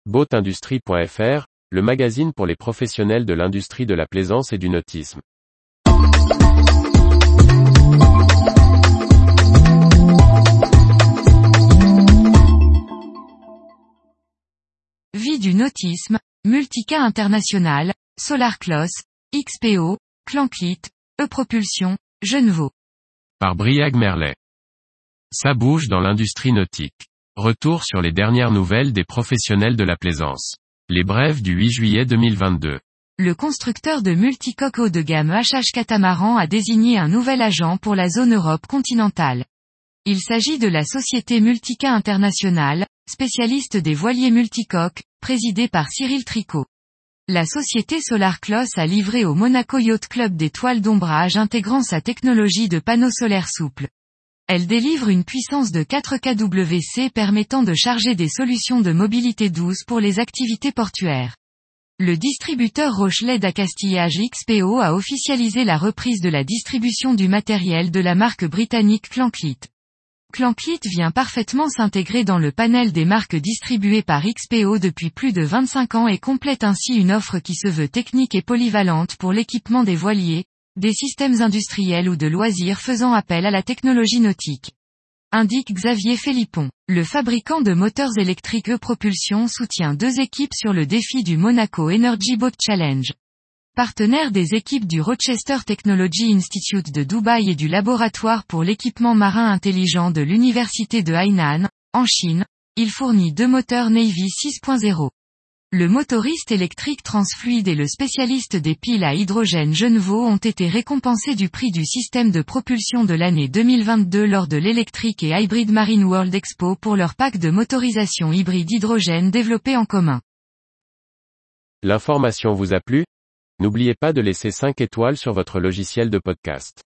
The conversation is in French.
Boatindustrie.fr, le magazine pour les professionnels de l'industrie de la plaisance et du nautisme. Vie du nautisme, Multica International, Solarclos, XPO, Clanklit, E-Propulsion, Genevaux. Par Briag Merlet. Ça bouge dans l'industrie nautique. Retour sur les dernières nouvelles des professionnels de la plaisance. Les brèves du 8 juillet 2022. Le constructeur de multicoques haut de gamme HH Catamaran a désigné un nouvel agent pour la zone Europe continentale. Il s'agit de la société Multica International, spécialiste des voiliers multicoques, présidée par Cyril Tricot. La société Solarclos a livré au Monaco Yacht Club des toiles d'ombrage intégrant sa technologie de panneaux solaires souples. Elle délivre une puissance de 4 kWc permettant de charger des solutions de mobilité douce pour les activités portuaires. Le distributeur Rochelais d'accastillage XPO a officialisé la reprise de la distribution du matériel de la marque britannique Clanklit. Clanklit vient parfaitement s'intégrer dans le panel des marques distribuées par XPO depuis plus de 25 ans et complète ainsi une offre qui se veut technique et polyvalente pour l'équipement des voiliers, des systèmes industriels ou de loisirs faisant appel à la technologie nautique. Indique Xavier Philippon. Le fabricant de moteurs électriques E-Propulsion soutient 2 équipes sur le défi du Monaco Energy Boat Challenge. Partenaire des équipes du Rochester Technology Institute de Dubaï et du laboratoire pour l'équipement marin intelligent de l'université de Hainan, en Chine, il fournit 2 moteurs Navy 6.0. Le motoriste électrique Transfluide et le spécialiste des piles à hydrogène Genevaux ont été récompensés du prix du système de propulsion de l'année 2022 lors de l'Electric et Hybrid Marine World Expo pour leur pack de motorisation hybride hydrogène développé en commun. L'information vous a plu ? N'oubliez pas de laisser 5 étoiles sur votre logiciel de podcast.